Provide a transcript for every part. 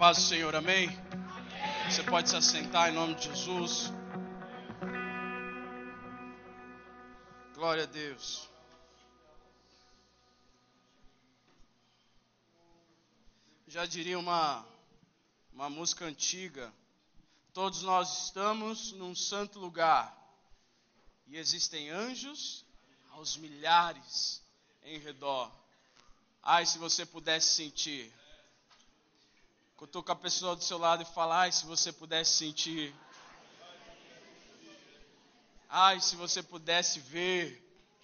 paz do Senhor, amém? Você pode se assentar em nome de Jesus. Glória a Deus. Já diria uma música antiga: todos nós estamos num santo lugar e existem anjos aos milhares em redor. Ai, se você pudesse sentir. Cutuca a pessoa do seu lado e fala: ai, se você pudesse sentir. Ai, se você pudesse ver.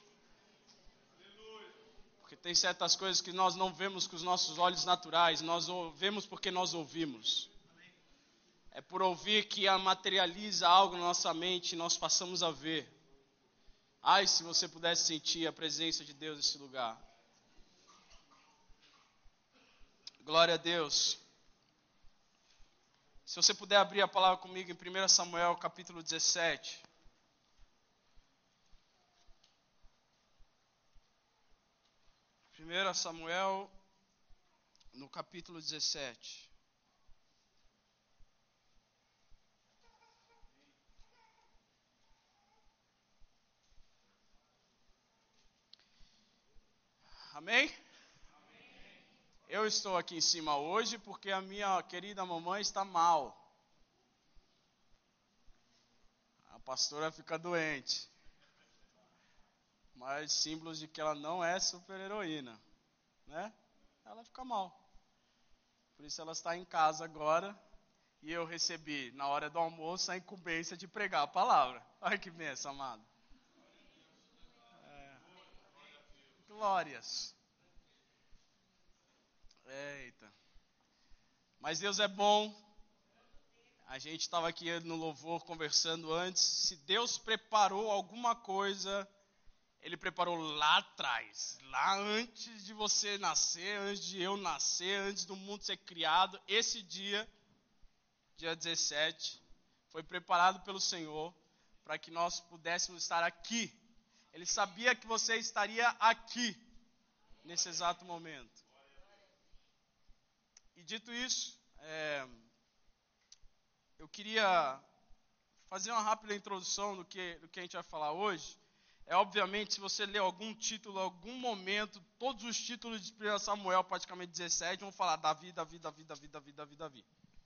Porque tem certas coisas que nós não vemos com os nossos olhos naturais, nós vemos porque nós ouvimos. É por ouvir que materializa algo na nossa mente e nós passamos a ver. Ai, se você pudesse sentir a presença de Deus nesse lugar. Glória a Deus. Se você puder abrir a palavra comigo em 1 Samuel capítulo 17. Primeira Samuel no capítulo 17. Amém? Eu estou aqui em cima hoje porque a minha querida mamãe está mal. A pastora fica doente. Mas símbolos de que ela não é super heroína, né? Ela fica mal. Por isso ela está em casa agora. E eu recebi, na hora do almoço, a incumbência de pregar a palavra. Olha que bênção, amado. Glórias. Eita. Mas Deus é bom. A gente estava aqui no louvor conversando antes. Se Deus preparou alguma coisa, Ele preparou lá atrás. Lá antes de você nascer, antes de eu nascer, antes do mundo ser criado. Esse dia 17, foi preparado pelo Senhor para que nós pudéssemos estar aqui. Ele sabia que você estaria aqui, nesse exato momento. E dito isso, eu queria fazer uma rápida introdução do que a gente vai falar hoje. Obviamente, se você ler algum título, algum momento, todos os títulos de 1 Samuel, praticamente 17, vão falar Davi, Davi, Davi, Davi, Davi, Davi, Davi.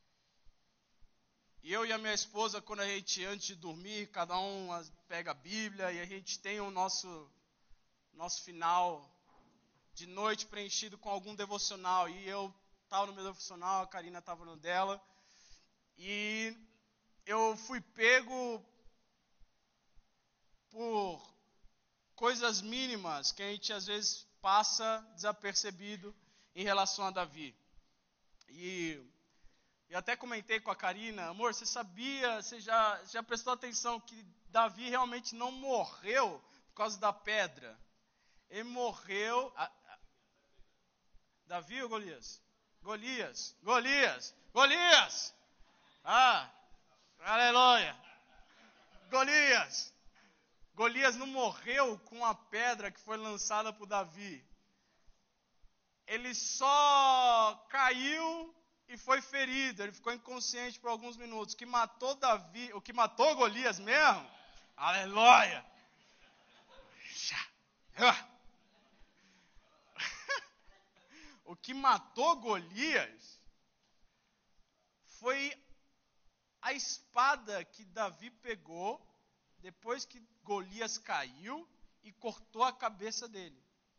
E eu e a minha esposa, quando a gente, antes de dormir, cada um pega a Bíblia e a gente tem o nosso final de noite preenchido com algum devocional. E eu estava no meu devocional, a Karina estava no dela. E eu fui pego por coisas mínimas que a gente às vezes passa desapercebido em relação a Davi. E até comentei com a Karina: amor, você sabia, você já prestou atenção que Davi realmente não morreu por causa da pedra? Ele morreu... Davi ou Golias? Golias! Ah, aleluia! Golias não morreu com a pedra que foi lançada por Davi. Ele só caiu e foi ferido, ele ficou inconsciente por alguns minutos. O que matou Golias mesmo, aleluia, o que matou Golias foi a espada que Davi pegou, depois que Golias caiu, e cortou a cabeça dele.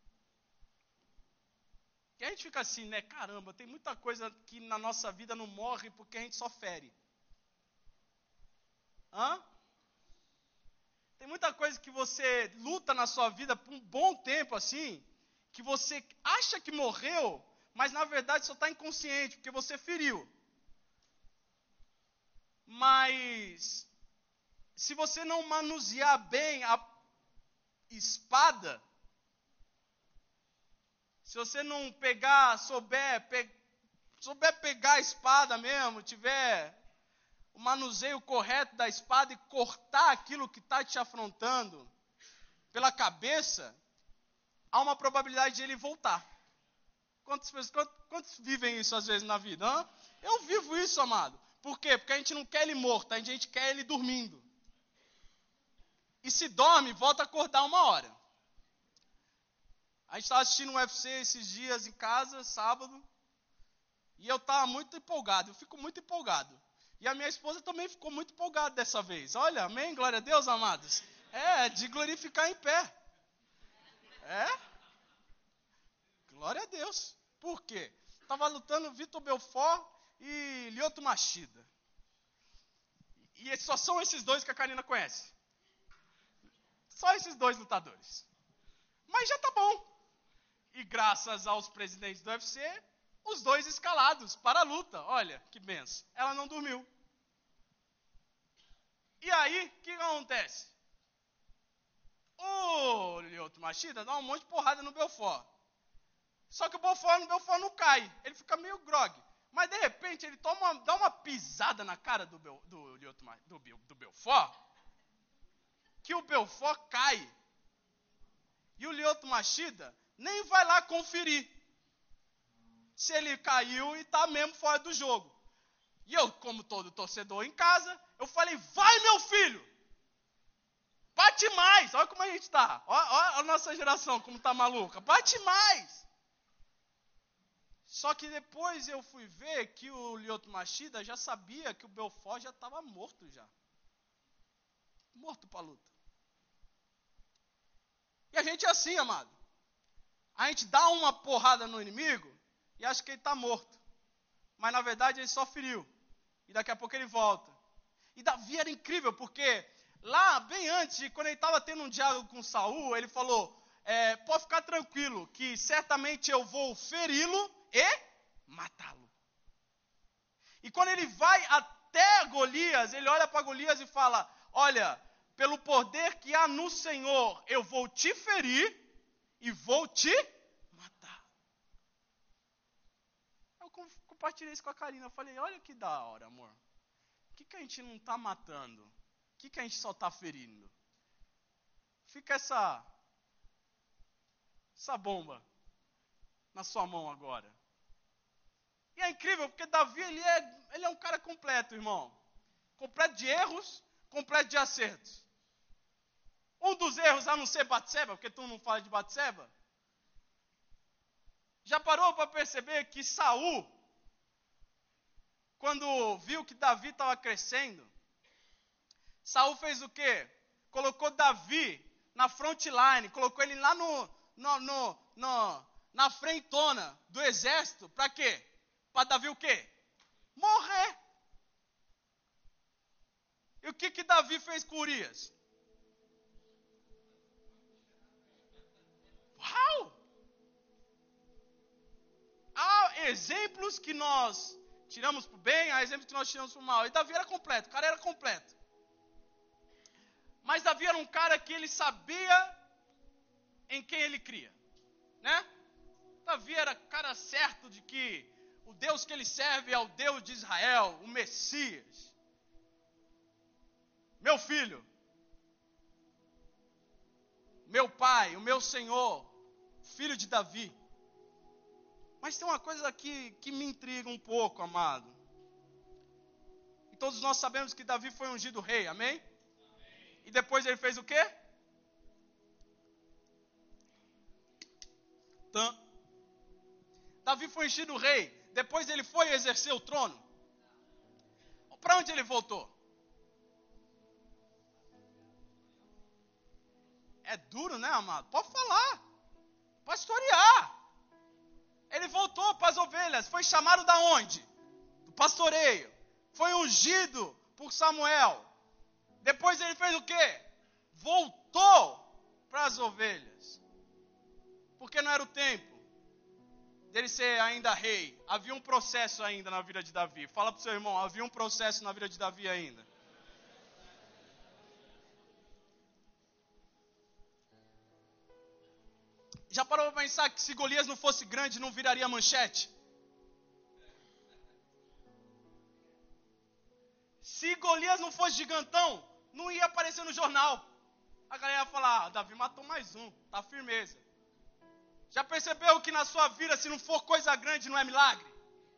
E a gente fica assim, né? Caramba, tem muita coisa que na nossa vida não morre porque a gente só fere. Tem muita coisa que você luta na sua vida por um bom tempo assim, que você acha que morreu, mas na verdade só está inconsciente, porque você feriu. Mas se você não manusear bem a espada, se você não souber pegar a espada mesmo, tiver o manuseio correto da espada e cortar aquilo que está te afrontando pela cabeça, há uma probabilidade de ele voltar. Quantos vivem isso às vezes na vida? Hã? Eu vivo isso, amado. Por quê? Porque a gente não quer ele morto, a gente quer ele dormindo. E se dorme, volta a acordar uma hora. A gente estava assistindo um UFC esses dias em casa, sábado, e eu estava muito empolgado, eu fico muito empolgado. E a minha esposa também ficou muito empolgada dessa vez. Olha, amém, glória a Deus, amados. De glorificar em pé. Glória a Deus. Por quê? Estava lutando Vitor Belfort e Lyoto Machida. E só são esses dois que a Karina conhece. Só esses dois lutadores. Mas já tá bom. E graças aos presidentes do UFC, os dois escalados para a luta. Olha, que benção. Ela não dormiu. E aí, o que acontece? O Lyoto Machida dá um monte de porrada no Belfort. Só que o Belfort não cai. Ele fica meio grogue. Mas de repente ele dá uma pisada na cara do Belfort, que o Belfort cai. E o Lyoto Machida nem vai lá conferir se ele caiu e está mesmo fora do jogo. E eu, como todo torcedor em casa, eu falei, vai meu filho! Bate mais! Olha como a gente está. Olha a nossa geração como está maluca. Bate mais! Só que depois eu fui ver que o Lyoto Machida já sabia que o Belfort já estava morto já. Morto para a luta. E a gente é assim, amado. A gente dá uma porrada no inimigo e acha que ele está morto. Mas na verdade ele só feriu. E daqui a pouco ele volta. E Davi era incrível, porque lá, bem antes, quando ele estava tendo um diálogo com Saul, ele falou, pode ficar tranquilo, que certamente eu vou feri-lo e matá-lo. E quando ele vai até Golias, ele olha para Golias e fala, olha, pelo poder que há no Senhor, eu vou te ferir e vou te matar. Eu compartilhei isso com a Karina, eu falei, olha que da hora, amor. O que a gente não está matando? O que a gente só está ferindo? Fica essa bomba na sua mão agora. E é incrível, porque Davi, ele é um cara completo, irmão. Completo de erros, completo de acertos. Um dos erros, a não ser Batseba, porque tu não fala de Batseba. Já parou para perceber que Saul, quando viu que Davi estava crescendo, Saul fez o quê? Colocou Davi na frontline, colocou ele lá na frentona do exército, para quê? Para Davi o quê? Morrer. E o que Davi fez com Urias? Uau! Há exemplos que nós tiramos para o bem, há exemplos que nós tiramos para o mal. E Davi era completo, o cara era completo. Mas Davi era um cara que ele sabia em quem ele cria, né? Davi era cara certo de que o Deus que ele serve é o Deus de Israel, o Messias. Meu filho, meu pai, o meu Senhor, filho de Davi. Mas tem uma coisa aqui que me intriga um pouco, amado. E todos nós sabemos que Davi foi ungido rei, amém? E depois ele fez o quê? Davi foi ungido rei. Depois ele foi exercer o trono. Para onde ele voltou? É duro, né, amado? Pode falar. Pastorear. Ele voltou para as ovelhas. Foi chamado da onde? Do pastoreio. Foi ungido por Samuel. Depois ele fez o quê? Voltou para as ovelhas. Porque não era o tempo dele ser ainda rei. Havia um processo ainda na vida de Davi. Fala para o seu irmão, havia um processo na vida de Davi ainda. Já parou para pensar que se Golias não fosse grande, não viraria manchete? Se Golias não fosse gigantão, não ia aparecer no jornal. A galera ia falar, Davi matou mais um, tá firmeza. Já percebeu que na sua vida, se não for coisa grande, não é milagre?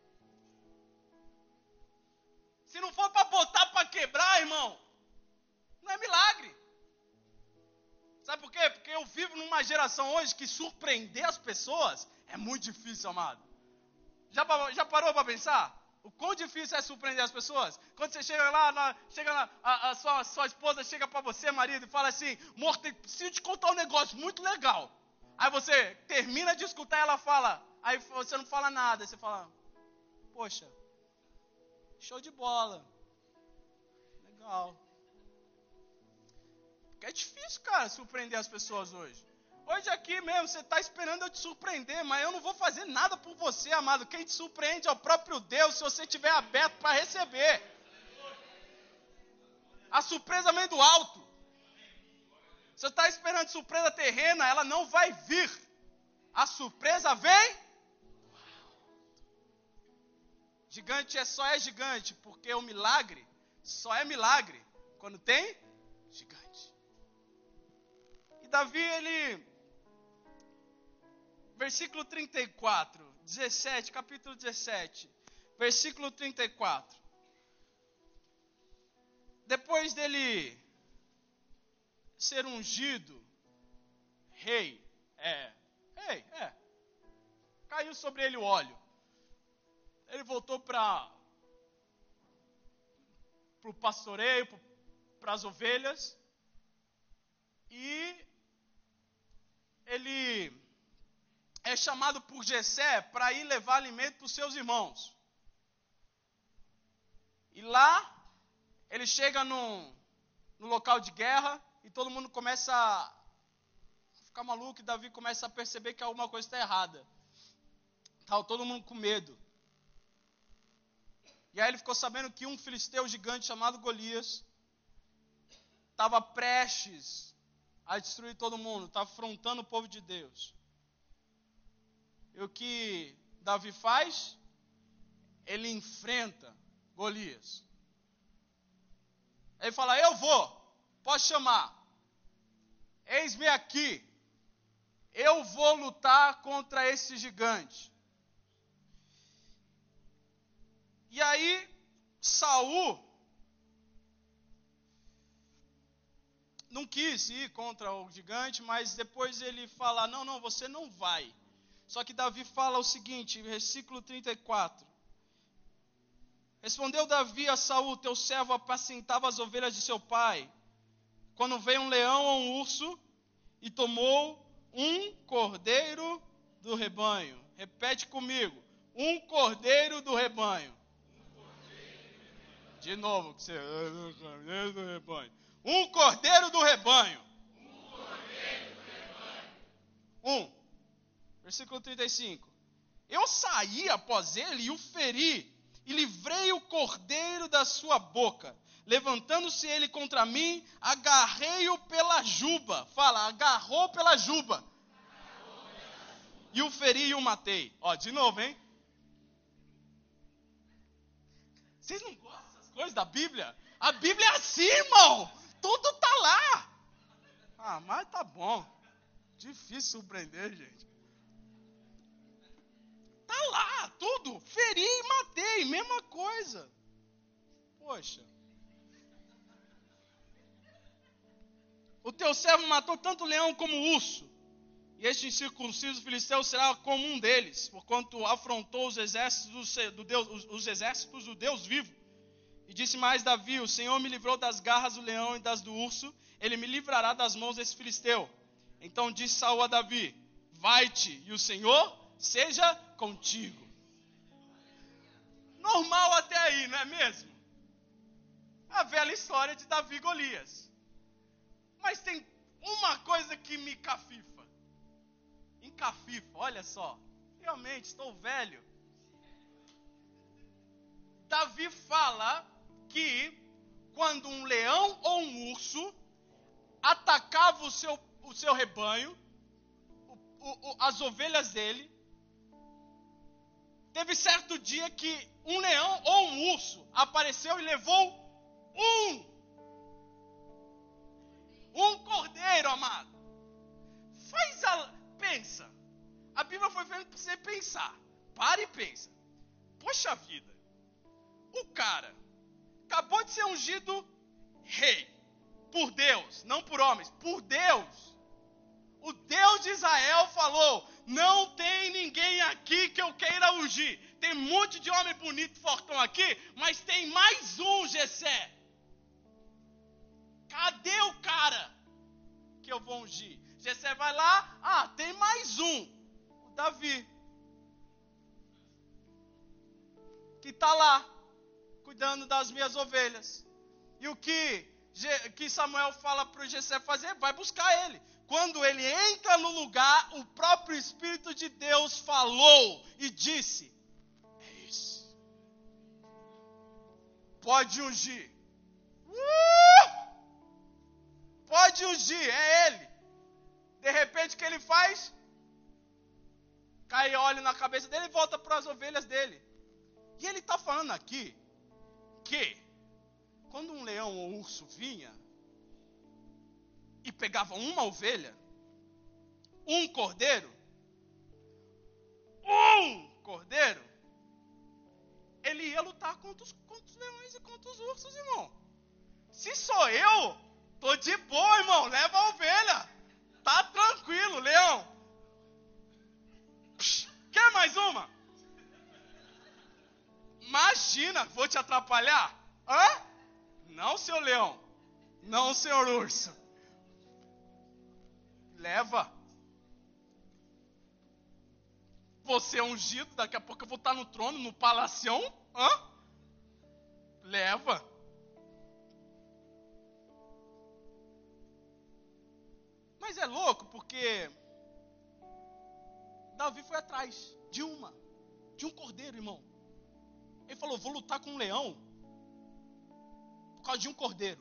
Se não for para botar para quebrar, irmão, não é milagre. Sabe por quê? Porque eu vivo numa geração hoje que surpreender as pessoas é muito difícil, amado. Já parou para pensar? O quão difícil é surpreender as pessoas? Quando você chega lá, a sua esposa chega para você, marido, e fala assim: amor, preciso te contar um negócio muito legal. Aí você termina de escutar e ela fala, aí você não fala nada, aí você fala: poxa, show de bola, legal. Porque é difícil, cara, surpreender as pessoas hoje. Hoje aqui mesmo, você está esperando eu te surpreender, mas eu não vou fazer nada por você, amado. Quem te surpreende é o próprio Deus, se você estiver aberto para receber. A surpresa vem do alto. Você está esperando surpresa terrena, ela não vai vir. A surpresa vem do alto. Gigante só é gigante, porque o milagre só é milagre quando tem gigante. E Davi, versículo 34, 17, capítulo 17, versículo 34. Depois dele ser ungido, caiu sobre ele o óleo. Ele voltou para o pastoreio, para as ovelhas, e ele é chamado por Jessé para ir levar alimento para os seus irmãos. E lá, ele chega no local de guerra, e todo mundo começa a ficar maluco, e Davi começa a perceber que alguma coisa está errada. Estava todo mundo com medo. E aí ele ficou sabendo que um filisteu gigante chamado Golias estava prestes a destruir todo mundo, estava afrontando o povo de Deus. E o que Davi faz? Ele enfrenta Golias. Ele fala: eu vou, pode chamar. Eis-me aqui. Eu vou lutar contra esse gigante. E aí, Saul não quis ir contra o gigante, mas depois ele fala: não, você não vai. Só que Davi fala o seguinte, versículo 34. Respondeu Davi a Saul: teu servo apacentava as ovelhas de seu pai, quando veio um leão ou um urso e tomou um cordeiro do rebanho. Repete comigo: um cordeiro do rebanho. De novo, que você... Um cordeiro do rebanho. Versículo 35. Eu saí após ele e o feri, e livrei o cordeiro da sua boca. Levantando-se ele contra mim, agarrei-o pela juba. Fala, agarrou pela juba. E o feri e o matei. Ó, de novo, hein? Vocês não gostam dessas coisas da Bíblia? A Bíblia é assim, irmão. Tudo tá lá. Ah, mas tá bom. Difícil surpreender, gente. Tá lá, tudo. Feri e matei, mesma coisa. Poxa. O teu servo matou tanto o leão como o urso. E este incircunciso filisteu será como um deles, porquanto afrontou os exércitos do Deus vivo. E disse mais Davi: o Senhor me livrou das garras do leão e das do urso, ele me livrará das mãos desse filisteu. Então disse Saul a Davi: vai-te, e o Senhor seja contigo. Normal até aí, não é mesmo? A velha história de Davi e Golias. Mas tem uma coisa que me encafifa, olha só. Realmente, estou velho. Davi fala que quando um leão ou um urso atacava o seu rebanho, as ovelhas dele, teve certo dia que um leão ou um urso apareceu e levou um cordeiro, amado. Pensa, A Bíblia foi feita para você pensar. Para e pensa. Poxa vida. O cara acabou de ser ungido rei. Por Deus, não por homens. Por Deus. O Deus de Israel falou: não tem ninguém aqui que eu queira ungir. Tem um monte de homem bonito, fortão aqui, mas tem mais um, Jessé. Cadê o cara que eu vou ungir? Jessé vai lá, tem mais um, o Davi. Que está lá, cuidando das minhas ovelhas. E o que Samuel fala para o Jessé fazer? Vai buscar ele. Quando ele entra no lugar, o próprio Espírito de Deus falou e disse: é isso. Pode ungir. Pode ungir, é ele. De repente o que ele faz? Cai óleo na cabeça dele e volta para as ovelhas dele. E ele está falando aqui que quando um leão ou um urso vinha e pegava uma ovelha, um cordeiro, ele ia lutar contra os leões e contra os ursos, irmão. Se sou eu, tô de boa, irmão, leva a ovelha, tá tranquilo, leão. Quer mais uma? Imagina, vou te atrapalhar? Hã? Não, seu leão. Não, senhor urso. Leva. Você é ungido, daqui a pouco eu vou estar no trono, no palacião. Hã? Leva. Mas é louco porque Davi foi atrás de um cordeiro, irmão. Ele falou: vou lutar com um leão por causa de um cordeiro.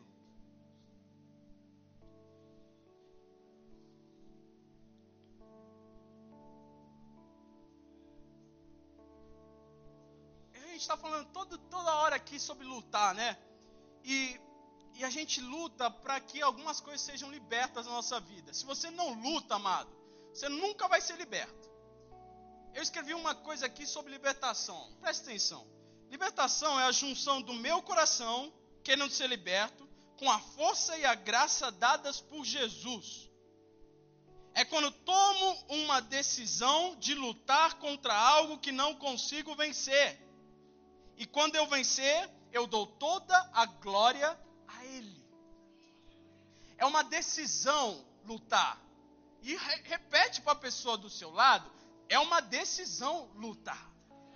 A gente está falando toda hora aqui sobre lutar, né? E a gente luta para que algumas coisas sejam libertas na nossa vida. Se você não luta, amado, você nunca vai ser liberto. Eu escrevi uma coisa aqui sobre libertação. Presta atenção. Libertação é a junção do meu coração, querendo ser liberto, com a força e a graça dadas por Jesus. É quando tomo uma decisão de lutar contra algo que não consigo vencer. E quando eu vencer, eu dou toda a glória a Ele. É uma decisão lutar. E repete para a pessoa do seu lado: é uma decisão lutar.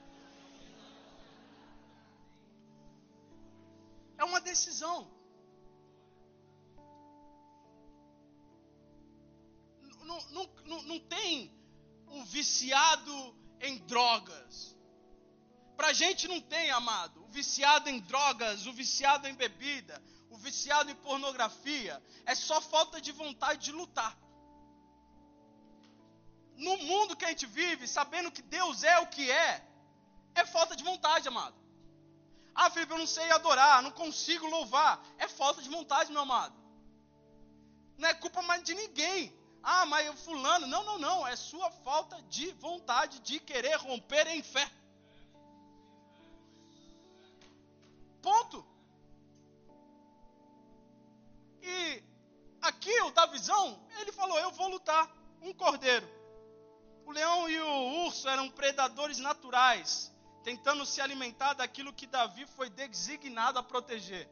É uma decisão. Não tem um viciado em drogas. Pra gente não tem, amado. O viciado em drogas, o viciado em bebida, o viciado em pornografia, é só falta de vontade de lutar. No mundo que a gente vive, sabendo que Deus é o que é falta de vontade, amado. Felipe, eu não sei adorar, não consigo louvar. É falta de vontade, meu amado. Não é culpa mais de ninguém. Mas eu fulano. Não. É sua falta de vontade de querer romper em fé. Ponto. E aqui o Davizão, ele falou: eu vou lutar. Um cordeiro. O leão e o urso eram predadores naturais, tentando se alimentar daquilo que Davi foi designado a proteger.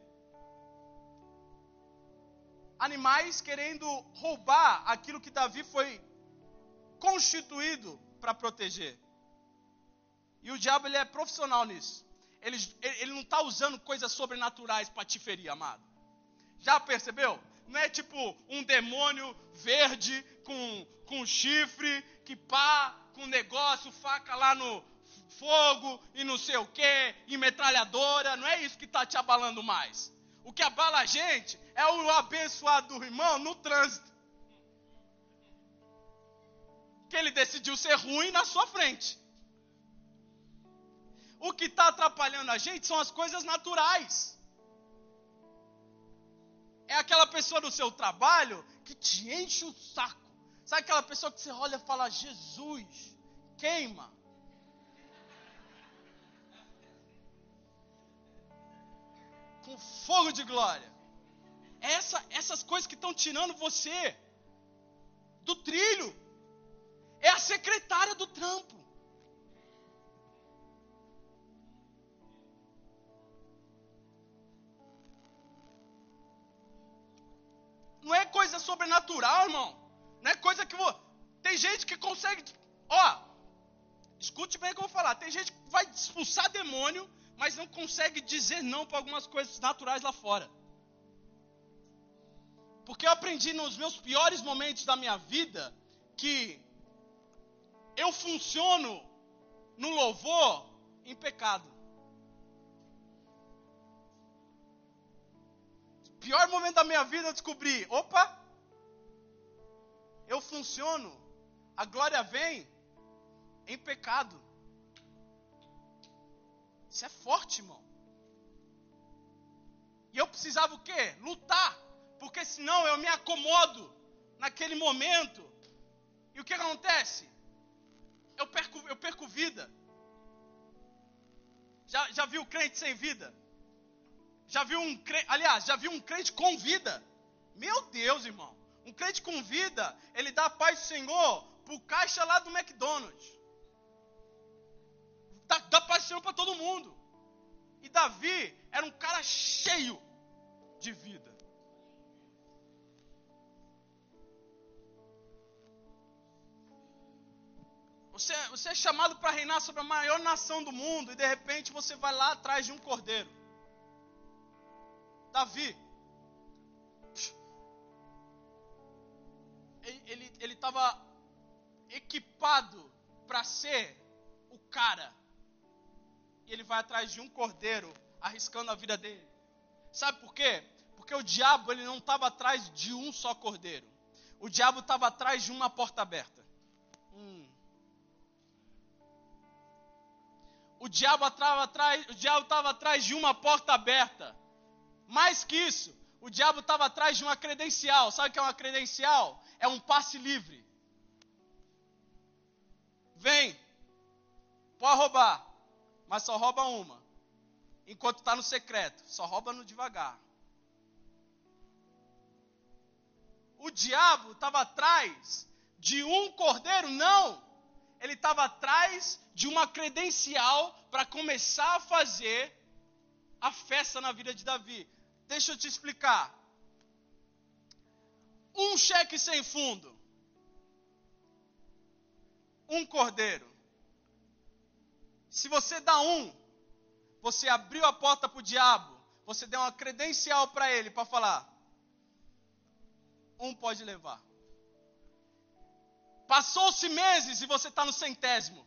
Animais querendo roubar aquilo que Davi foi constituído para proteger. E o diabo, ele é profissional nisso. Ele não está usando coisas sobrenaturais para te ferir, amado. Já percebeu? Não é tipo um demônio verde com chifre, com negócio, faca lá no fogo e não sei o que, e metralhadora. Não é isso que está te abalando mais. O que abala a gente é o abençoado do irmão no trânsito. Que ele decidiu ser ruim na sua frente. O que está atrapalhando a gente são as coisas naturais. É aquela pessoa do seu trabalho que te enche o saco. Sabe aquela pessoa que você olha e fala: Jesus, queima. Com fogo de glória. Essas coisas que estão tirando você do trilho. É a secretária do trampo. Não é coisa sobrenatural, irmão. Não é coisa que... Tem gente que consegue... Escute bem o que eu vou falar. Tem gente que vai expulsar demônio, mas não consegue dizer não para algumas coisas naturais lá fora. Porque eu aprendi nos meus piores momentos da minha vida que eu funciono no louvor em pecado. Pior momento da minha vida eu descobri, eu funciono, a glória vem em pecado. Isso é forte, irmão. E eu precisava o quê? Lutar, porque senão eu me acomodo naquele momento. E o que acontece? Eu perco vida. Já viu crente sem vida? Já viu um crente com vida? Meu Deus, irmão. Um crente com vida, ele dá a paz do Senhor pro caixa lá do McDonald's. Dá paz do Senhor para todo mundo. E Davi era um cara cheio de vida. Você é chamado para reinar sobre a maior nação do mundo e de repente você vai lá atrás de um cordeiro. Davi, ele estava equipado para ser o cara. E ele vai atrás de um cordeiro, arriscando a vida dele. Sabe por quê? Porque o diabo ele não estava atrás de um só cordeiro. O diabo estava atrás de uma porta aberta. O diabo estava atrás de uma porta aberta. Mais que isso, o diabo estava atrás de uma credencial. Sabe o que é uma credencial? É um passe livre. Vem, pode roubar, mas só rouba uma. Enquanto está no secreto, só rouba no devagar. O diabo estava atrás de um cordeiro? Não. Ele estava atrás de uma credencial para começar a fazer a festa na vida de Davi. Deixa eu te explicar. Um cheque sem fundo. Um cordeiro. Se você dá você abriu a porta para o diabo, você deu uma credencial para ele, para falar, pode levar. Passou-se meses e você está no 100º.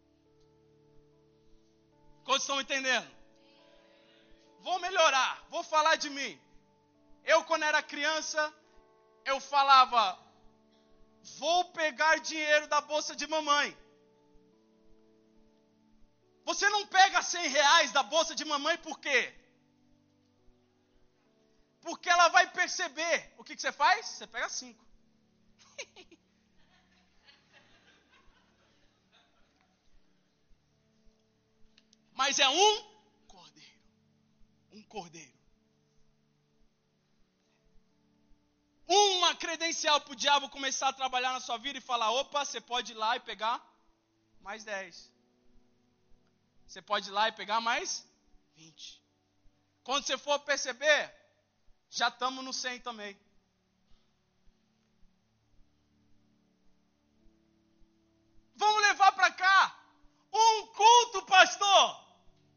Quantos estão entendendo? Vou melhorar, vou falar de mim. Eu, quando era criança, eu falava, vou pegar dinheiro da bolsa de mamãe. Você não pega R$100 da bolsa de mamãe por quê? Porque ela vai perceber. O que você faz? Você pega 5. Mas é um cordeiro. Um cordeiro. Uma credencial para o diabo começar a trabalhar na sua vida e falar, você pode ir lá e pegar mais 10. Você pode ir lá e pegar mais 20. Quando você for perceber, já estamos no 100 também. Vamos levar para cá um culto, pastor.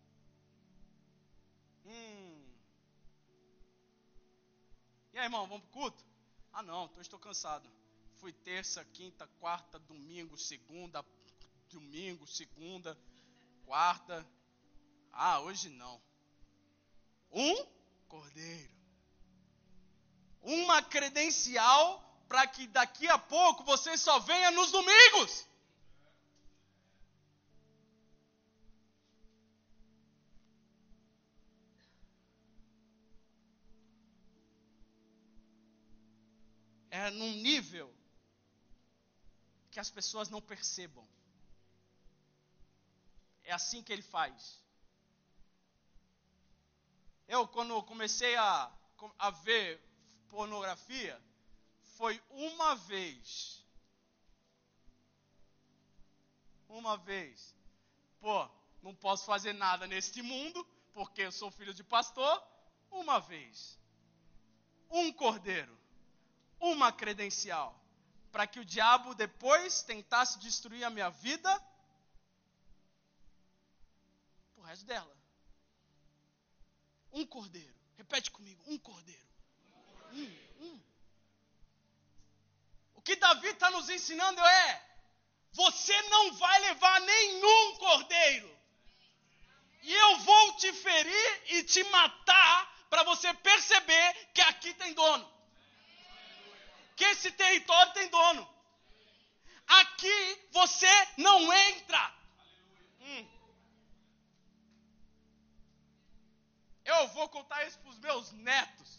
E aí, irmão, vamos para o culto? Não, estou cansado. Fui terça, quinta, quarta, domingo, segunda, quarta. Hoje não. Um cordeiro. Uma credencial para que daqui a pouco você só venha nos domingos. É num nível que as pessoas não percebam. É assim que ele faz. Quando comecei a ver pornografia, foi uma vez. Uma vez. Pô, não posso fazer nada neste mundo, porque eu sou filho de pastor. Uma vez. Um cordeiro. Uma credencial. Para que o diabo depois tentasse destruir a minha vida pro resto dela. Um cordeiro. Repete comigo, um cordeiro. O que Davi está nos ensinando você não vai levar nenhum cordeiro. E eu vou te ferir e te matar para você perceber que aqui tem dono. Que esse território tem dono. Aqui você não entra. Eu vou contar isso para os meus netos.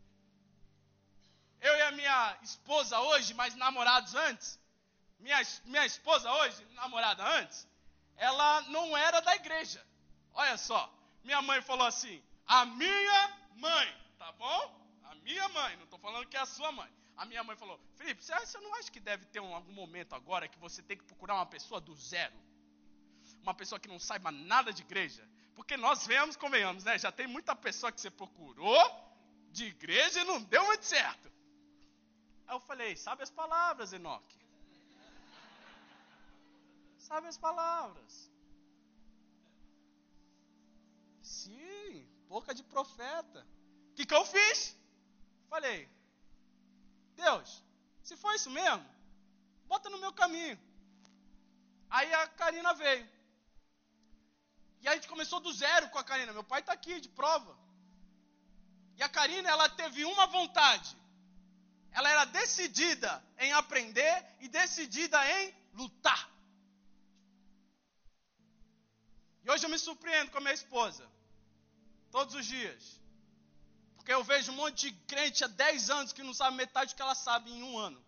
Eu e a minha esposa hoje, mas namorados antes. Minha esposa hoje, namorada antes, ela não era da igreja. Olha só, minha mãe falou assim, a minha mãe, tá bom? A minha mãe, não estou falando que é a sua mãe. A minha mãe falou, Felipe, você não acha que deve ter algum momento agora que você tem que procurar uma pessoa do zero? Uma pessoa que não saiba nada de igreja? Porque nós convenhamos, né? Já tem muita pessoa que você procurou de igreja e não deu muito certo. Aí eu falei, sabe as palavras, Enoque? Sabe as palavras. Sim, boca de profeta. O que eu fiz? Falei, Deus, se for isso mesmo, bota no meu caminho. Aí a Karina veio. E a gente começou do zero com a Karina. Meu pai está aqui de prova. E a Karina, ela teve uma vontade. Ela era decidida em aprender e decidida em lutar. E hoje eu me surpreendo com a minha esposa. Todos os dias. Porque eu vejo um monte de crente há 10 anos que não sabe metade do que ela sabe em um ano.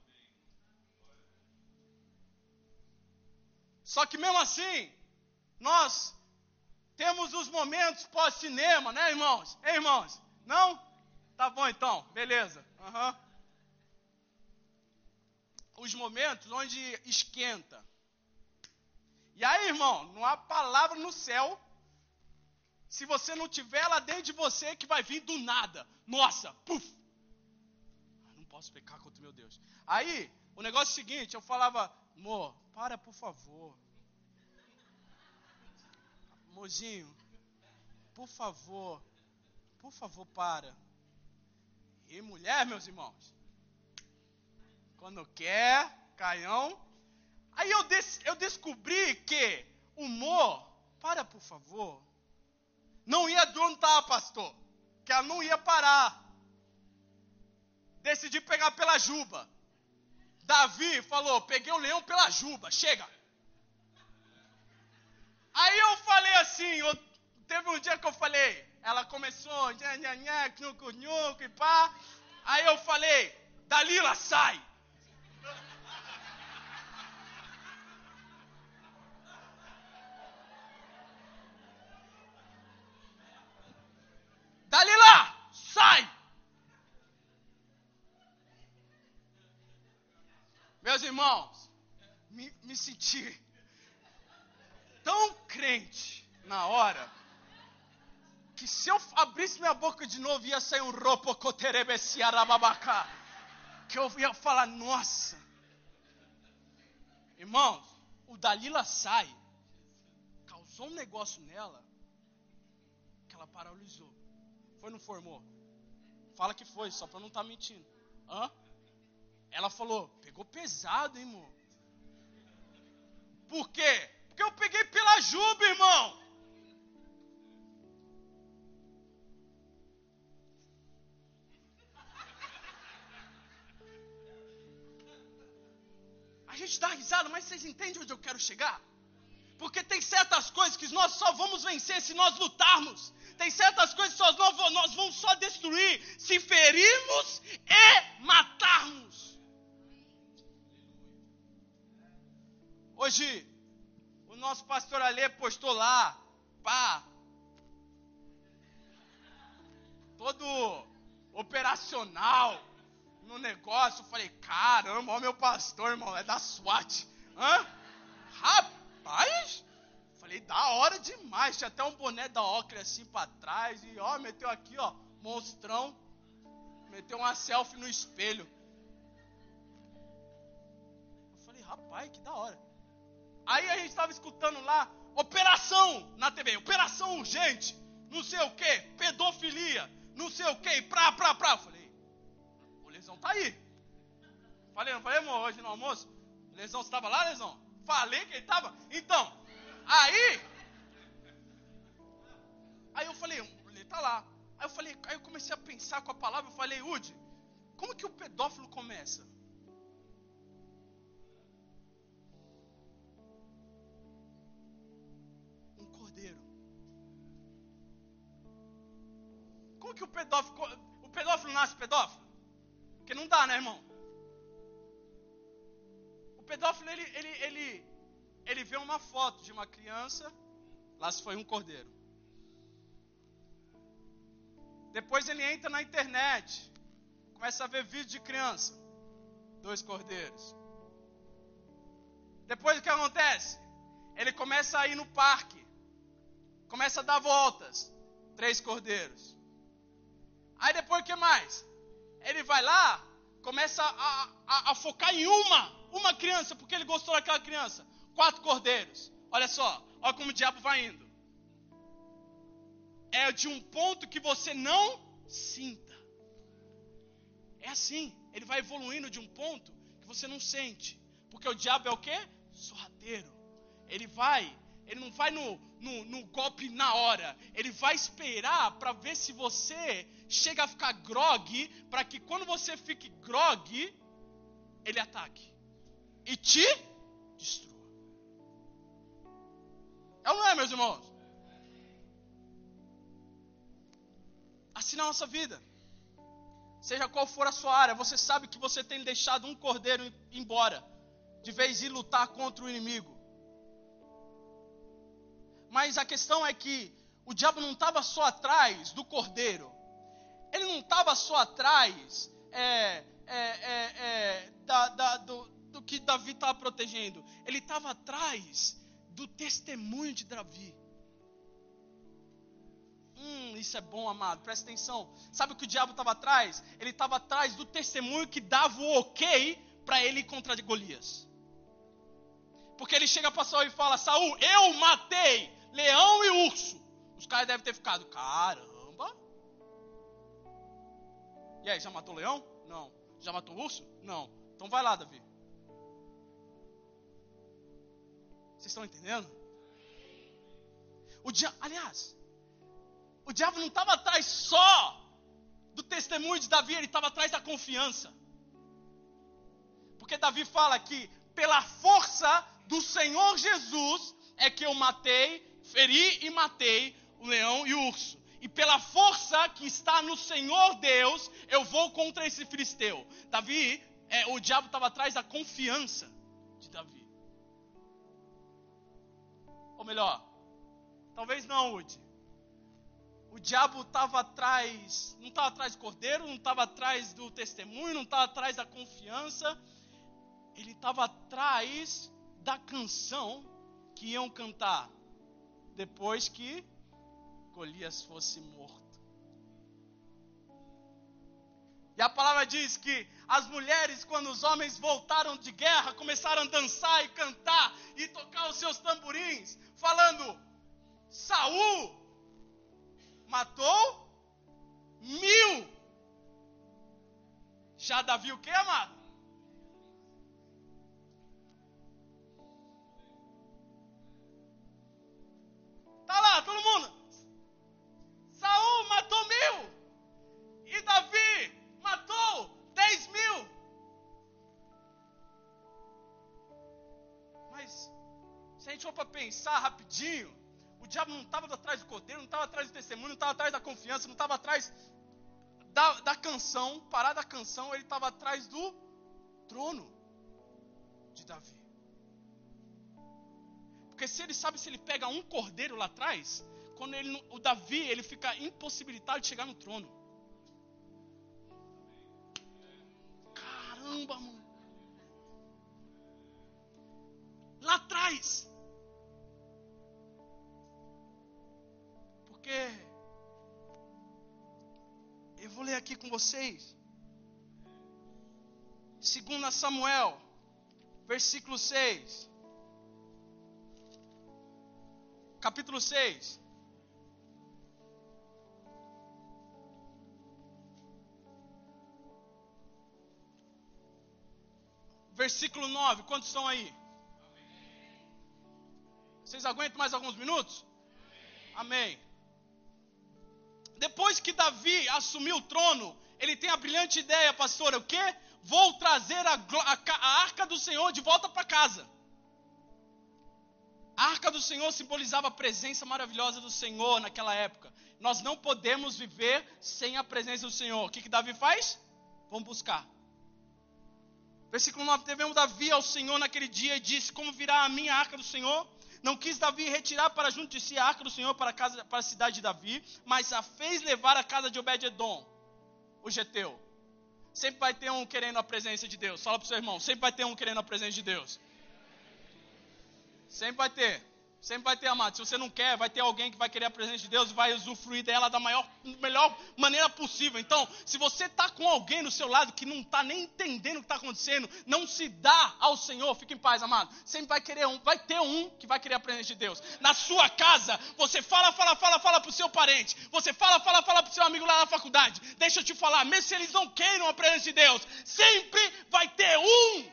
Só que mesmo assim, nós temos os momentos pós-cinema, né, irmãos? Hein, irmãos? Não? Tá bom então, beleza. Os momentos onde esquenta. E aí, irmão, não há palavra no céu, se você não tiver lá dentro de você, que vai vir do nada. Nossa, puf! Não posso pecar contra o meu Deus. Aí, o negócio é o seguinte, eu falava, amor, para por favor. Amorzinho, por favor, para. E mulher, meus irmãos, quando quer, caião. Aí eu descobri que humor, para por favor, não ia adiantar, pastor, que ela não ia parar. Decidi pegar pela juba. Davi falou, peguei o leão pela juba, chega. Aí eu falei assim, teve um dia que eu falei, ela começou, e pá. Aí eu falei, Dalila, sai. Dalila, sai. Meus irmãos, me senti tão crente na hora, que se eu abrisse minha boca de novo, ia sair um ropocoterebeciarababacá, que eu ia falar, nossa. Irmãos, o Dalila sai, causou um negócio nela, que ela paralisou. Foi ou não formou? Fala que foi, só para não estar mentindo. Ela falou, pegou pesado, hein, irmão? Por quê? Porque eu peguei pela juba, irmão. A gente dá risada, mas vocês entendem onde eu quero chegar? Porque tem certas coisas que nós só vamos vencer se nós lutarmos. Tem certas coisas que nós vamos só destruir se ferirmos e matarmos. Hoje O nosso pastor Alê postou lá, pá, todo operacional no negócio. Eu falei, caramba, ó meu pastor, irmão, é da SWAT. Hã? Rapaz, falei, da hora demais. Tinha até um boné da Oakley assim pra trás. E ó, meteu aqui, ó, monstrão. Meteu uma selfie no espelho. Eu falei, rapaz, que da hora. Aí a gente tava escutando lá, operação na TV, operação urgente, não sei o que, pedofilia, não sei o que, Eu falei, o Lesão tá aí. Falei, não falei, amor, hoje no almoço? O Lesão, você tava lá, Lesão? Falei que ele tava. Então, aí eu falei, ele tá lá. Aí eu comecei a pensar com a palavra, eu falei, Udi, como que o pedófilo começa? Um cordeiro. Como que o pedófilo nasce pedófilo? Porque não dá, né, irmão? O pedófilo, ele vê uma foto de uma criança, lá se foi um cordeiro. Depois ele entra na internet, começa a ver vídeo de criança, 2 cordeiros. Depois o que acontece? Ele começa a ir no parque, começa a dar voltas, 3 cordeiros. Aí depois o que mais? Ele vai lá, começa a focar em uma criança, porque ele gostou daquela criança. 4 cordeiros. Olha só, olha como o diabo vai indo. É de um ponto que você não sinta. É assim, ele vai evoluindo de um ponto que você não sente. Porque o diabo é o quê? Sorrateiro. Ele não vai no golpe na hora. Ele vai esperar para ver se você chega a ficar grogue, para que quando você fique grogue, ele ataque e te destrua. É ou não é, meus irmãos? Assim na nossa vida. Seja qual for a sua área, você sabe que você tem deixado um cordeiro embora, de vez em lutar contra o inimigo. Mas a questão é que o diabo não estava só atrás do cordeiro. Ele não estava só atrás do que Davi estava protegendo. Ele estava atrás do testemunho de Davi. Isso é bom, amado, presta atenção. Sabe o que o diabo estava atrás? Ele estava atrás do testemunho que dava o ok para ele ir contra Golias. Porque ele chega para Saul e fala, Saul, eu matei leão e urso. Os caras devem ter ficado, caramba. E aí, já matou leão? Não. Já matou urso? Não. Então vai lá, Davi. Vocês estão entendendo? Aliás, o diabo não estava atrás só do testemunho de Davi, ele estava atrás da confiança. Porque Davi fala que pela força do Senhor Jesus é que eu feri e matei o leão e o urso. E pela força que está no Senhor Deus, eu vou contra esse filisteu. O diabo estava atrás da confiança de Davi. Ou melhor, talvez não, Udi. O diabo estava atrás, não estava atrás do cordeiro, não estava atrás do testemunho, não estava atrás da confiança. Ele estava atrás da canção que iam cantar depois que Golias fosse morto. E a palavra diz que as mulheres, quando os homens voltaram de guerra, começaram a dançar e cantar e tocar os seus tamborins, falando, Saul matou 1000. Já Davi o que, amado? Tá lá, todo mundo. Saul matou 1000. E Davi matou 10.000. Mas, se a gente for para pensar rapidinho, o diabo não estava atrás do cordeiro, não estava atrás do testemunho, não estava atrás da confiança, não estava atrás da canção, parar da canção, ele estava atrás do trono de Davi. Porque se ele pega um cordeiro lá atrás, quando o Davi, ele fica impossibilitado de chegar no trono. Caramba, mano. Lá atrás. Porque eu vou ler aqui com vocês. 2 Samuel, versículo 6. Capítulo 6. Versículo 9. Quantos estão aí? Vocês aguentam mais alguns minutos? Amém. Depois que Davi assumiu o trono, ele tem a brilhante ideia, pastor, o quê? Vou trazer a arca do Senhor de volta para casa. A arca do Senhor simbolizava a presença maravilhosa do Senhor naquela época. Nós não podemos viver sem a presença do Senhor. O que Davi faz? Vamos buscar. Versículo 9. Devemos Davi ao Senhor naquele dia e disse: como virá a minha arca do Senhor? Não quis Davi retirar para junto de si a arca do Senhor para a cidade de Davi, mas a fez levar à casa de Obed-edom, o geteu. Sempre vai ter um querendo a presença de Deus. Fala para o seu irmão, sempre vai ter um querendo a presença de Deus. Sempre vai ter. Sempre vai ter, amado. Se você não quer, vai ter alguém que vai querer a presença de Deus e vai usufruir dela da melhor maneira possível. Então, se você está com alguém no seu lado que não está nem entendendo o que está acontecendo, não se dá ao Senhor, fique em paz, amado. Sempre vai ter um que vai querer a presença de Deus. Na sua casa, você fala para o seu parente. Você fala para o seu amigo lá na faculdade. Deixa eu te falar, mesmo se eles não queiram a presença de Deus, sempre vai ter um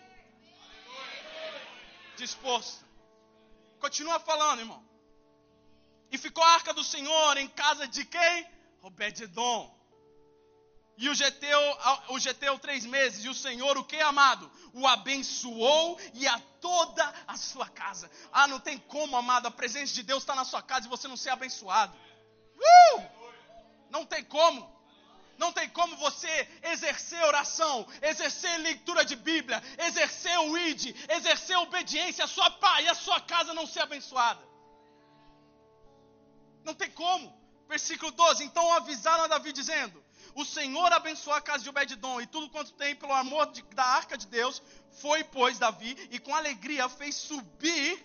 disposto. Continua falando, irmão. E ficou a arca do Senhor em casa de quem? Obed-edom. E o geteu 3 meses. E o Senhor, o que, amado? O abençoou e a toda a sua casa. Ah, não tem como, amado. A presença de Deus está na sua casa e você não ser abençoado. Não tem como. Não tem como você exercer oração, exercer leitura de Bíblia, exercer o ID, exercer obediência, e a sua casa não ser abençoada. Não tem como. Versículo 12. Então avisaram a Davi dizendo: o Senhor abençoou a casa de Obed-edom e tudo quanto tem pelo amor da arca de Deus. Foi, pois, Davi, e com alegria fez subir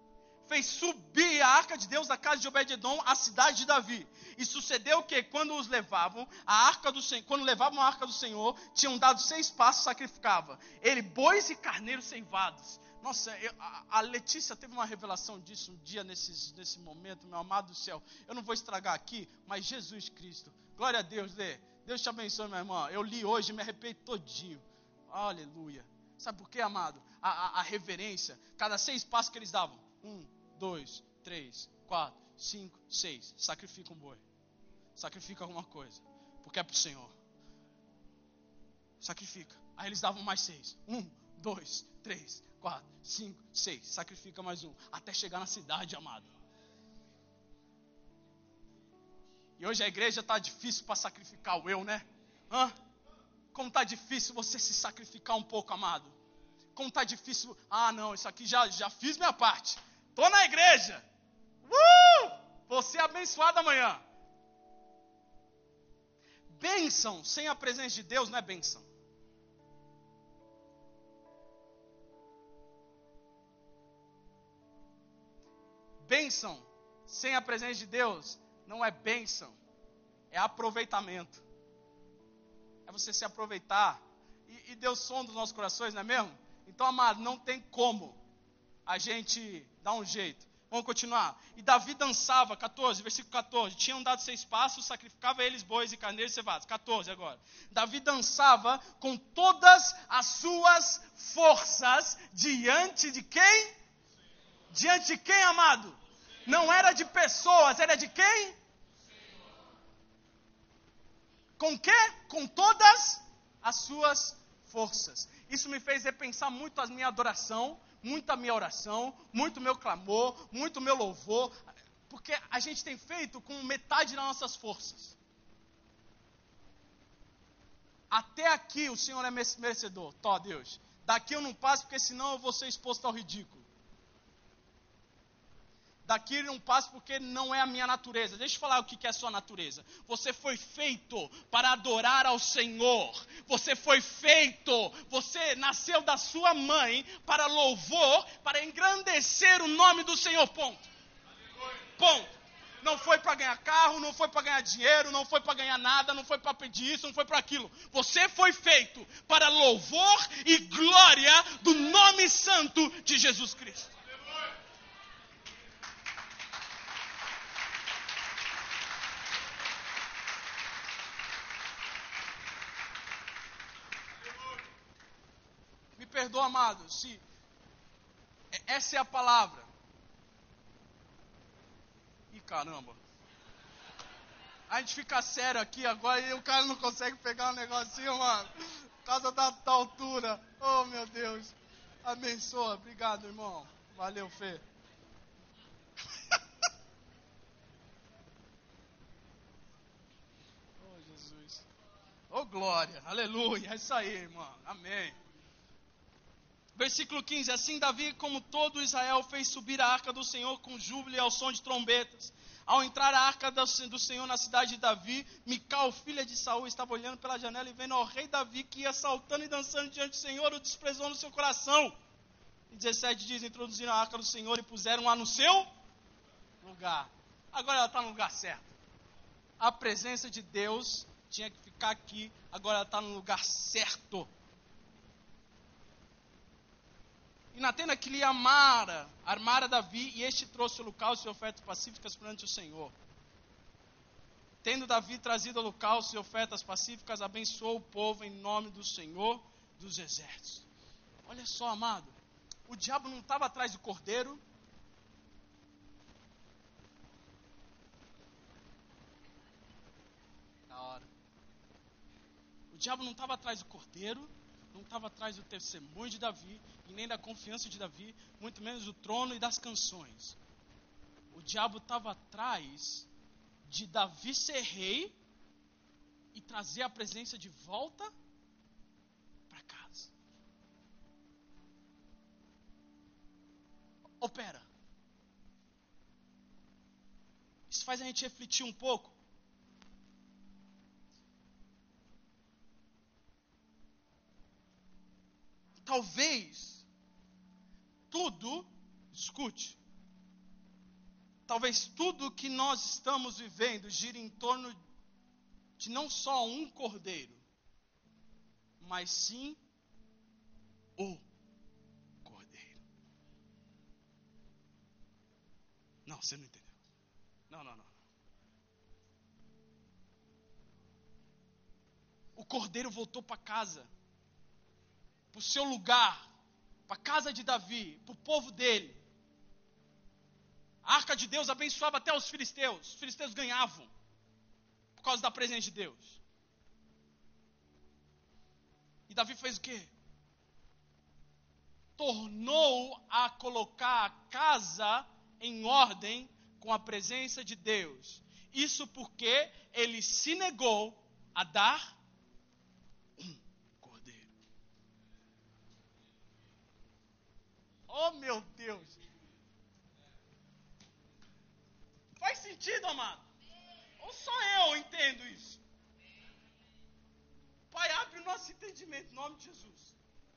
a arca de Deus da casa de Obed-edom à cidade de Davi. E sucedeu que quando levavam a arca do Senhor, tinham dado 6 passos, sacrificava ele bois e carneiros ceivados. Nossa, a Letícia teve uma revelação disso um dia nesse momento, meu amado do céu. Eu não vou estragar aqui, mas Jesus Cristo. Glória a Deus, Lê. Deus te abençoe, minha irmã. Eu li hoje e me arrependo todinho. Aleluia. Sabe por quê, amado? A reverência. Cada 6 passos que eles davam. 1, 2, 3, 4, 5, 6. Sacrifica um boi. Sacrifica alguma coisa. Porque é para o Senhor. Sacrifica. Aí eles davam mais 6. 1, 2, 3, 4, 5, 6. Sacrifica mais um. Até chegar na cidade, amado. E hoje a igreja está difícil para sacrificar o eu, né? Como está difícil você se sacrificar um pouco, amado. Como está difícil. Não, isso aqui já fiz minha parte. Estou na igreja. Vou ser abençoado amanhã. Bênção sem a presença de Deus não é bênção. Bênção sem a presença de Deus não é bênção. É aproveitamento. É você se aproveitar. E Deus sonda os nossos corações, não é mesmo? Então, amado, não tem como a gente dar um jeito. Vamos continuar. E Davi dançava, 14, versículo 14. Tinham dado 6 passos, sacrificava eles bois e carneiros cevados. 14 agora. Davi dançava com todas as suas forças diante de quem? Diante de quem, amado? Não era de pessoas, era de quem? Com quê? Com todas as suas forças. Isso me fez repensar muito a minha adoração, muito a minha oração, muito o meu clamor, muito o meu louvor, porque a gente tem feito com metade das nossas forças. Até aqui o Senhor é merecedor, Deus. Daqui eu não passo, porque senão eu vou ser exposto ao ridículo. daqui não passo porque não é a minha natureza. Deixa eu falar o que é a sua natureza. Você foi feito para adorar ao Senhor. Você foi feito, você nasceu da sua mãe para louvor, para engrandecer o nome do Senhor, ponto. Ponto. Não foi para ganhar carro, não foi para ganhar dinheiro, não foi para ganhar nada, não foi para pedir isso, não foi para aquilo. Você foi feito para louvor e glória do nome santo de Jesus Cristo. Me perdoa, amado, se essa é a palavra. Ih, caramba. A gente fica sério aqui agora e o cara não consegue pegar um negocinho, mano. Por causa da altura. Oh, meu Deus. Abençoa. Obrigado, irmão. Valeu, Fê. Oh, Jesus. Oh, glória. Aleluia. É isso aí, irmão. Amém. Versículo 15. Assim Davi, como todo Israel, fez subir a arca do Senhor com júbilo e ao som de trombetas. Ao entrar a arca do Senhor na cidade de Davi, Mical, filha de Saul, estava olhando pela janela e vendo ao rei Davi que ia saltando e dançando diante do Senhor, o desprezou no seu coração. E 17 diz, introduziram a arca do Senhor e puseram-a no seu lugar. Agora ela está no lugar certo. A presença de Deus tinha que ficar aqui, agora ela está no lugar certo. E na tenda que lhe armara Davi, e este trouxe holocaustos e ofertas pacíficas perante o Senhor. Tendo Davi trazido holocaustos e ofertas pacíficas, abençoou o povo em nome do Senhor dos exércitos. Olha só, amado, o diabo não estava atrás do cordeiro. Da hora. O diabo não estava atrás do cordeiro, não estava atrás do testemunho de Davi, e nem da confiança de Davi, muito menos do trono e das canções. O diabo estava atrás de Davi ser rei e trazer a presença de volta para casa. Opera. Isso faz a gente refletir um pouco. Talvez tudo que nós estamos vivendo gira em torno de não só um cordeiro, mas sim o cordeiro. Não, você não entendeu. Não. O cordeiro voltou para casa, para o seu lugar, para a casa de Davi, para o povo dele. A arca de Deus abençoava até os filisteus. Os filisteus ganhavam por causa da presença de Deus. E Davi fez o quê? Tornou a colocar a casa em ordem com a presença de Deus. Isso porque ele se negou a dar um cordeiro. Oh, meu Deus! Faz sentido, amado? Ou só eu entendo isso? Pai, abre o nosso entendimento, em nome de Jesus.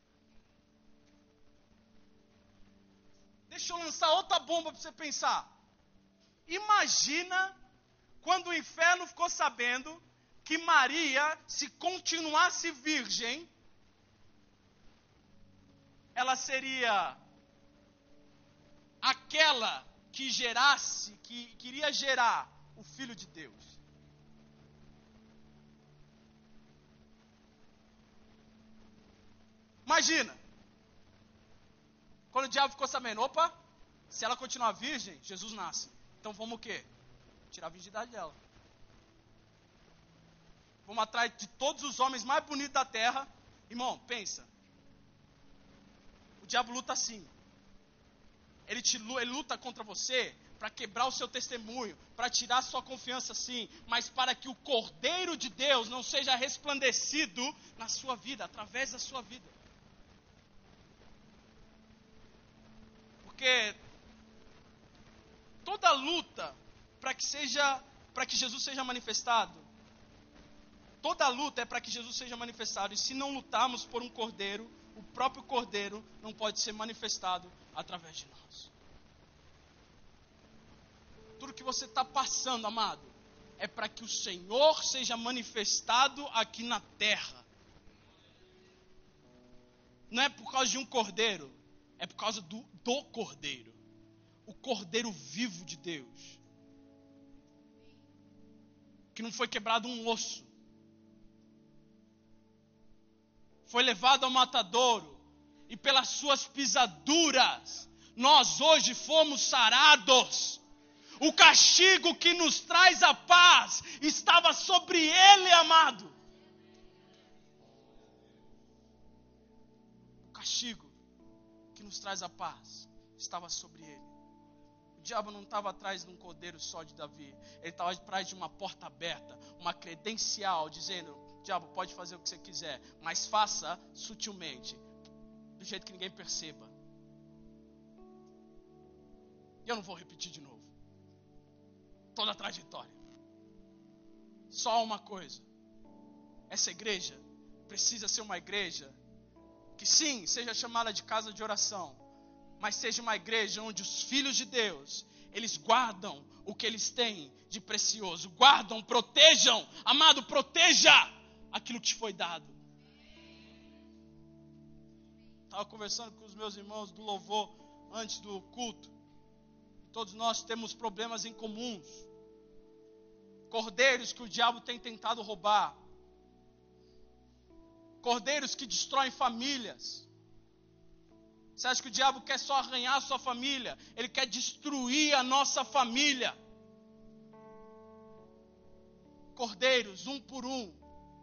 Deixa eu lançar outra bomba para você pensar. Imagina quando o inferno ficou sabendo que Maria, se continuasse virgem, ela seria aquela que iria gerar o Filho de Deus. Imagina, quando o diabo ficou sabendo, opa, se ela continuar virgem, Jesus nasce. Então vamos o quê? Tirar a virgindade dela. Vamos atrás de todos os homens mais bonitos da terra. Irmão, pensa. O diabo luta assim. Ele luta contra você para quebrar o seu testemunho, para tirar a sua confiança sim, mas para que o Cordeiro de Deus não seja resplandecido na sua vida, através da sua vida. Porque Toda luta para que Jesus seja manifestado. Toda luta é para que Jesus seja manifestado. E se não lutarmos por um cordeiro, o próprio cordeiro não pode ser manifestado através de nós. Tudo que você está passando, amado, é para que o Senhor seja manifestado aqui na terra. Não é por causa de um cordeiro, é por causa do cordeiro. O cordeiro vivo de Deus. Que não foi quebrado um osso. Foi levado ao matadouro. E pelas suas pisaduras, nós hoje fomos sarados. O castigo que nos traz a paz estava sobre ele, amado. O castigo que nos traz a paz estava sobre ele. O diabo não estava atrás de um cordeiro só de Davi. Ele estava atrás de uma porta aberta, uma credencial, dizendo: diabo, pode fazer o que você quiser, mas faça sutilmente, do jeito que ninguém perceba. E eu não vou repetir de novo toda a trajetória. Só uma coisa: essa igreja precisa ser uma igreja que sim, seja chamada de casa de oração, mas seja uma igreja onde os filhos de Deus, eles guardam o que eles têm de precioso. Guardam, protejam. Amado, proteja aquilo que te foi dado. Estava conversando com os meus irmãos do louvor antes do culto. Todos nós temos problemas em comuns. Cordeiros que o diabo tem tentado roubar. Cordeiros que destroem famílias. Você acha que o diabo quer só arranhar a sua família? Ele quer destruir a nossa família. Cordeiros, um por um.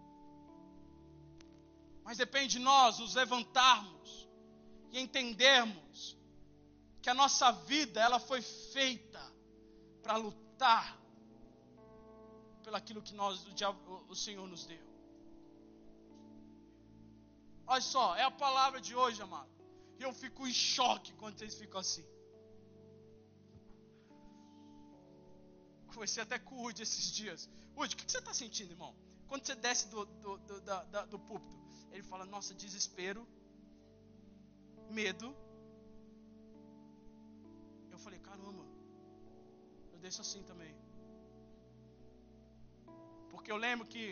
Mas depende de nós nos levantarmos e entendermos que a nossa vida, ela foi feita para lutar pelaquilo que o Senhor nos deu. Olha só, é a palavra de hoje, amado. E eu fico em choque quando vocês ficam assim. Conversei até com o Udi esses dias. Udi, o que você está sentindo, irmão? Quando você desce do púlpito, ele fala: nossa, desespero, medo. Eu falei: caramba, eu desço assim também. Porque eu lembro que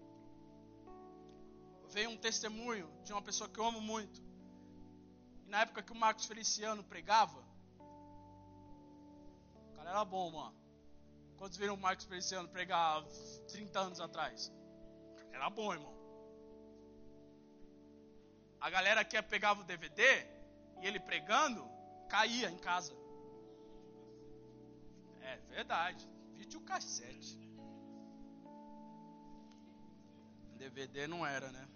veio um testemunho de uma pessoa que eu amo muito. E na época que o Marcos Feliciano pregava, o cara era bom, mano. Quantos viram o Marcos Feliciano pregar 30 anos atrás? Era bom, irmão. A galera que pegava o DVD e ele pregando, caía em casa. É verdade. Videocassete. DVD não era, né?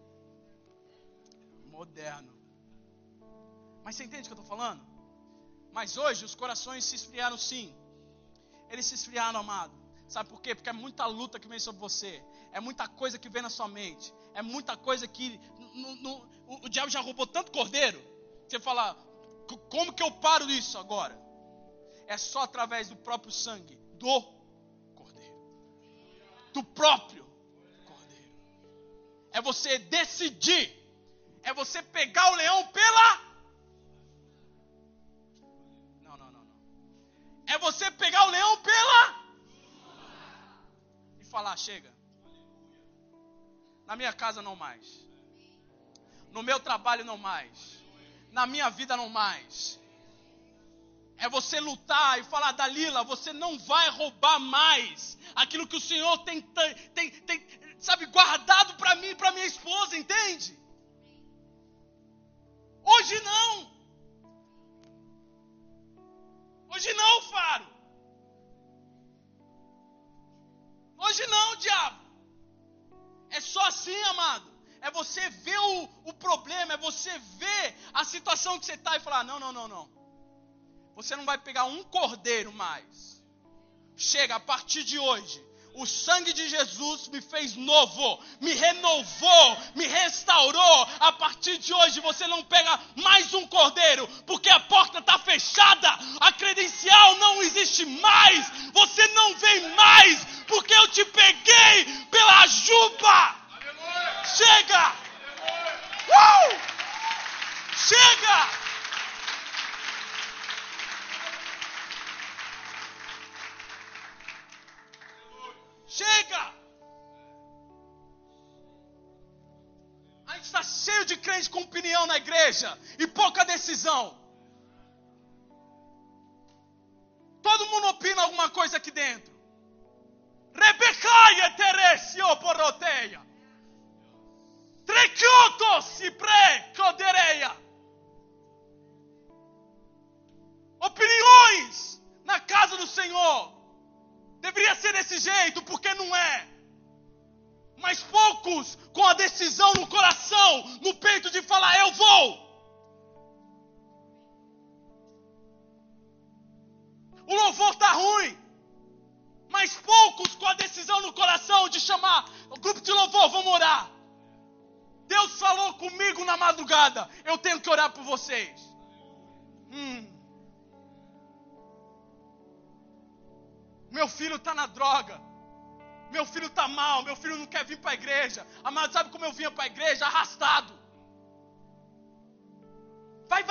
Moderno. Mas você entende o que eu estou falando? Mas hoje os corações se esfriaram sim. Eles se esfriaram, amado. Sabe por quê? Porque é muita luta que vem sobre você. É muita coisa que vem na sua mente. É muita coisa que... o diabo já roubou tanto cordeiro. Você fala: como que eu paro isso agora? É só através do próprio sangue do cordeiro. Do próprio cordeiro. É você decidir. É você pegar o leão pela... É você pegar o leão pela... e falar: chega. Na minha casa não mais. No meu trabalho não mais. Na minha vida não mais. É você lutar e falar: Dalila, você não vai roubar mais aquilo que o Senhor tem sabe, guardado para mim e para minha esposa, entende? Hoje não. Hoje não, Faro. Hoje não, diabo. É só assim, amado. É você ver o problema, é você ver a situação que você está e falar: não. Você não vai pegar um cordeiro mais. Chega, a partir de hoje, O sangue de Jesus me fez novo, me renovou, me restaurou. A partir de hoje você não pega mais um cordeiro, porque a porta está fechada, a credencial não existe mais, você não vem mais, porque eu te peguei pela juba. Chega! Chega! Chega! A gente está cheio de crente com opinião na igreja e pouca decisão. Todo mundo opina alguma coisa aqui dentro. Rebecaia teresio poroteia. Trecioto si precodereia. Opiniões na casa do Senhor. Deveria ser desse jeito, porque não é. Mas poucos com a decisão no coração, no peito de falar, eu vou. O louvor está ruim. Mas poucos com a decisão no coração de chamar o grupo de louvor, vamos orar. Deus falou comigo na madrugada, eu tenho que orar por vocês. Meu filho está na droga. Meu filho está mal. Meu filho não quer vir para a igreja. Amado, sabe como eu vinha para a igreja? Arrastado. Vai.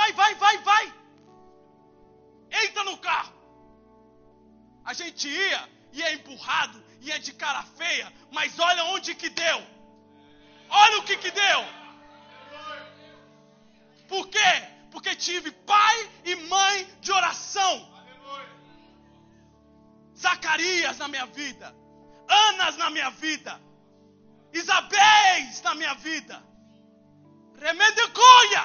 Entra no carro. A gente ia empurrado, ia de cara feia. Mas olha onde que deu. Olha o que deu. Por quê? Porque tive pai e mãe de oração. Zacarias na minha vida, Anas na minha vida, Isabéis na minha vida, Remendecoia,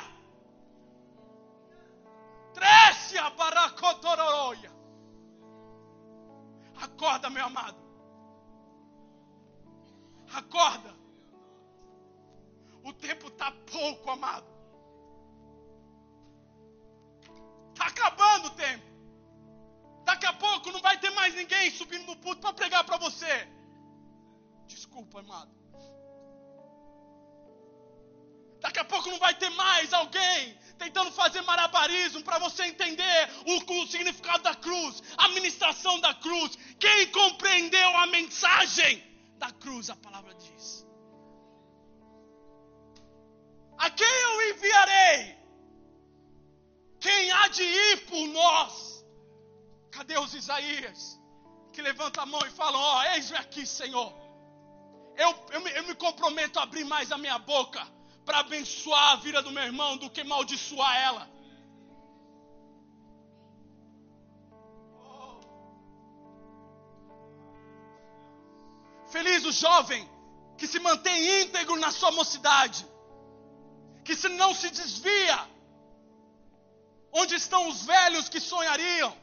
Trécia Baracotoroia. Acorda, meu amado. Acorda. O tempo está pouco, amado. Está acabando o tempo. Daqui a pouco não vai ter mais ninguém subindo no púlpito para pregar para você. Desculpa, amado. Daqui a pouco não vai ter mais alguém tentando fazer malabarismo para você entender o significado da cruz, a ministração da cruz. Quem compreendeu a mensagem da cruz, a palavra diz. A quem eu enviarei? Quem há de ir por nós? Cadê os Isaías? Que levanta a mão e falam, eis-me aqui, Senhor. Eu me comprometo a abrir mais a minha boca para abençoar a vida do meu irmão do que maldiçoar ela. Feliz o jovem que se mantém íntegro na sua mocidade, que se não se desvia. Onde estão os velhos que sonhariam?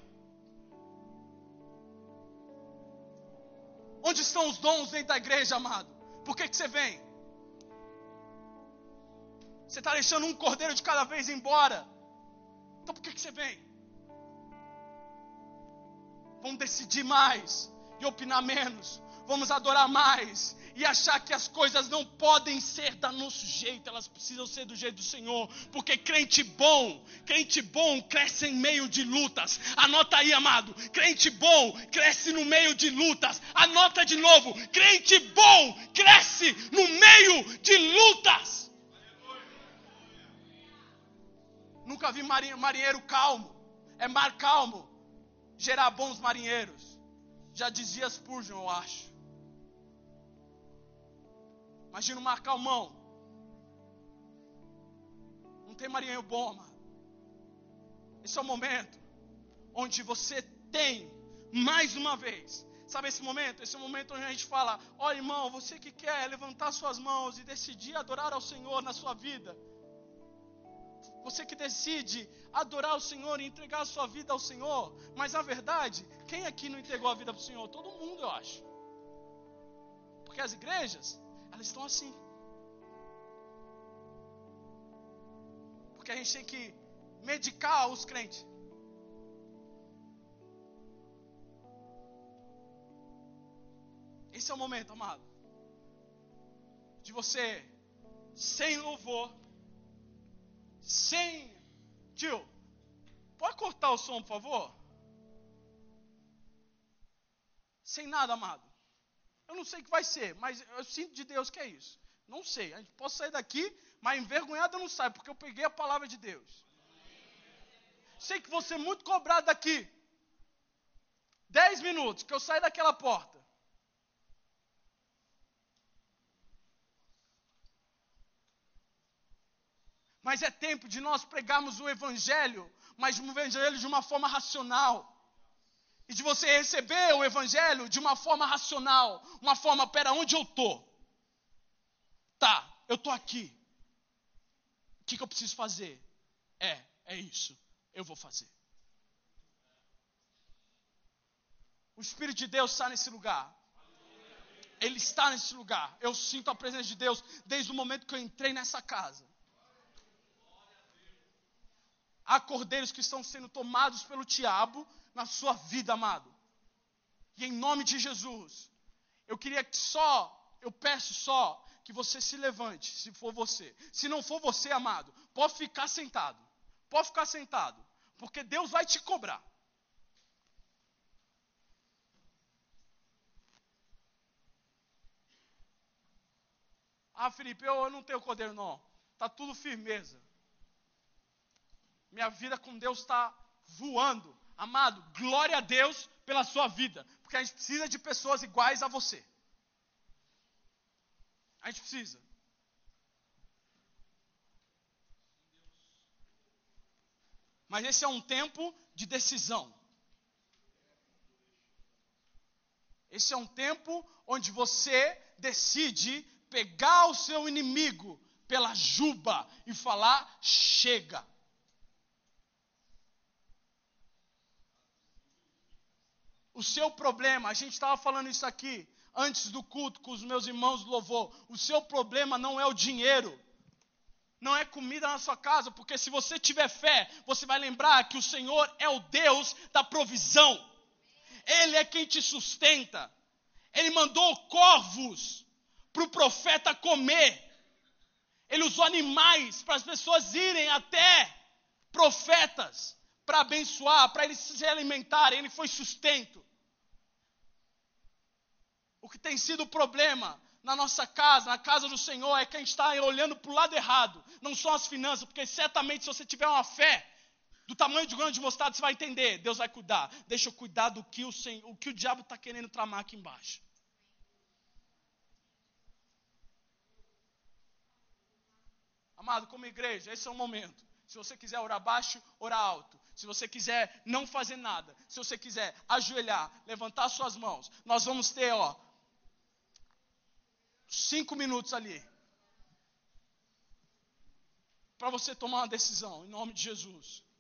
Onde estão os dons dentro da igreja, amado? Por que você vem? Você está deixando um cordeiro de cada vez embora. Então por que você vem? Vamos decidir mais e opinar menos. Vamos adorar mais e achar que as coisas não podem ser do nosso jeito, elas precisam ser do jeito do Senhor, porque crente bom cresce em meio de lutas. Anota aí, amado, crente bom cresce no meio de lutas. Anota de novo, crente bom cresce no meio de lutas. Nunca vi marinheiro calmo, é mar calmo gerar bons marinheiros. Já dizia Spurgeon, eu acho. Imagina um mar calmão. Não tem marinheiro bom, amado. Esse é o momento onde você tem, mais uma vez, sabe esse momento? Esse é o momento onde a gente fala, irmão, você que quer levantar suas mãos e decidir adorar ao Senhor na sua vida. Você que decide adorar o Senhor e entregar a sua vida ao Senhor. Mas na verdade, quem aqui não entregou a vida para o Senhor? Todo mundo, eu acho. Porque as igrejas, elas estão assim. Porque a gente tem que medicar os crentes. esse é o momento, amado, de você, sem louvor, sem... Tio, pode cortar o som, por favor? Sem nada, amado. Eu não sei o que vai ser, mas eu sinto de Deus que é isso. Não sei, a gente pode sair daqui, mas envergonhado eu não saio, porque eu peguei a palavra de Deus. Sei que vou ser muito cobrado daqui. 10 minutos, que eu saio daquela porta. Mas é tempo de nós pregarmos o Evangelho, mas o Evangelho de uma forma racional. E de você receber o Evangelho de uma forma racional. Uma forma, pera, onde eu estou? Tá, eu estou aqui. O que eu preciso fazer? É isso. Eu vou fazer. O Espírito de Deus está nesse lugar. Ele está nesse lugar. Eu sinto a presença de Deus desde o momento que eu entrei nessa casa. Há cordeiros que estão sendo tomados pelo diabo na sua vida, amado. E em nome de Jesus, eu peço só que você se levante, se for você. Se não for você, amado, pode ficar sentado. Pode ficar sentado, porque Deus vai te cobrar. Ah, Felipe, eu não tenho cordeiro, não. Está tudo firmeza. Minha vida com Deus está voando. Amado, glória a Deus pela sua vida. Porque a gente precisa de pessoas iguais a você. A gente precisa. Mas esse é um tempo de decisão. Esse é um tempo onde você decide pegar o seu inimigo pela juba e falar, chega. O seu problema, a gente estava falando isso aqui antes do culto com os meus irmãos do louvor. O seu problema não é o dinheiro. Não é comida na sua casa, porque se você tiver fé, você vai lembrar que o Senhor é o Deus da provisão. Ele é quem te sustenta. Ele mandou corvos para o profeta comer. Ele usou animais para as pessoas irem até profetas para abençoar, para eles se alimentarem. Ele foi sustento. O que tem sido o problema na nossa casa, na casa do Senhor, é que a gente está olhando para o lado errado. Não são as finanças, porque certamente se você tiver uma fé do tamanho de grão de mostarda, você vai entender. Deus vai cuidar. Deixa eu cuidar do que o diabo está querendo tramar aqui embaixo. Amado, como igreja, esse é o momento. Se você quiser orar baixo, orar alto. Se você quiser não fazer nada. Se você quiser ajoelhar, levantar suas mãos. Nós vamos ter, 5 minutos ali. Para você tomar uma decisão, em nome de Jesus.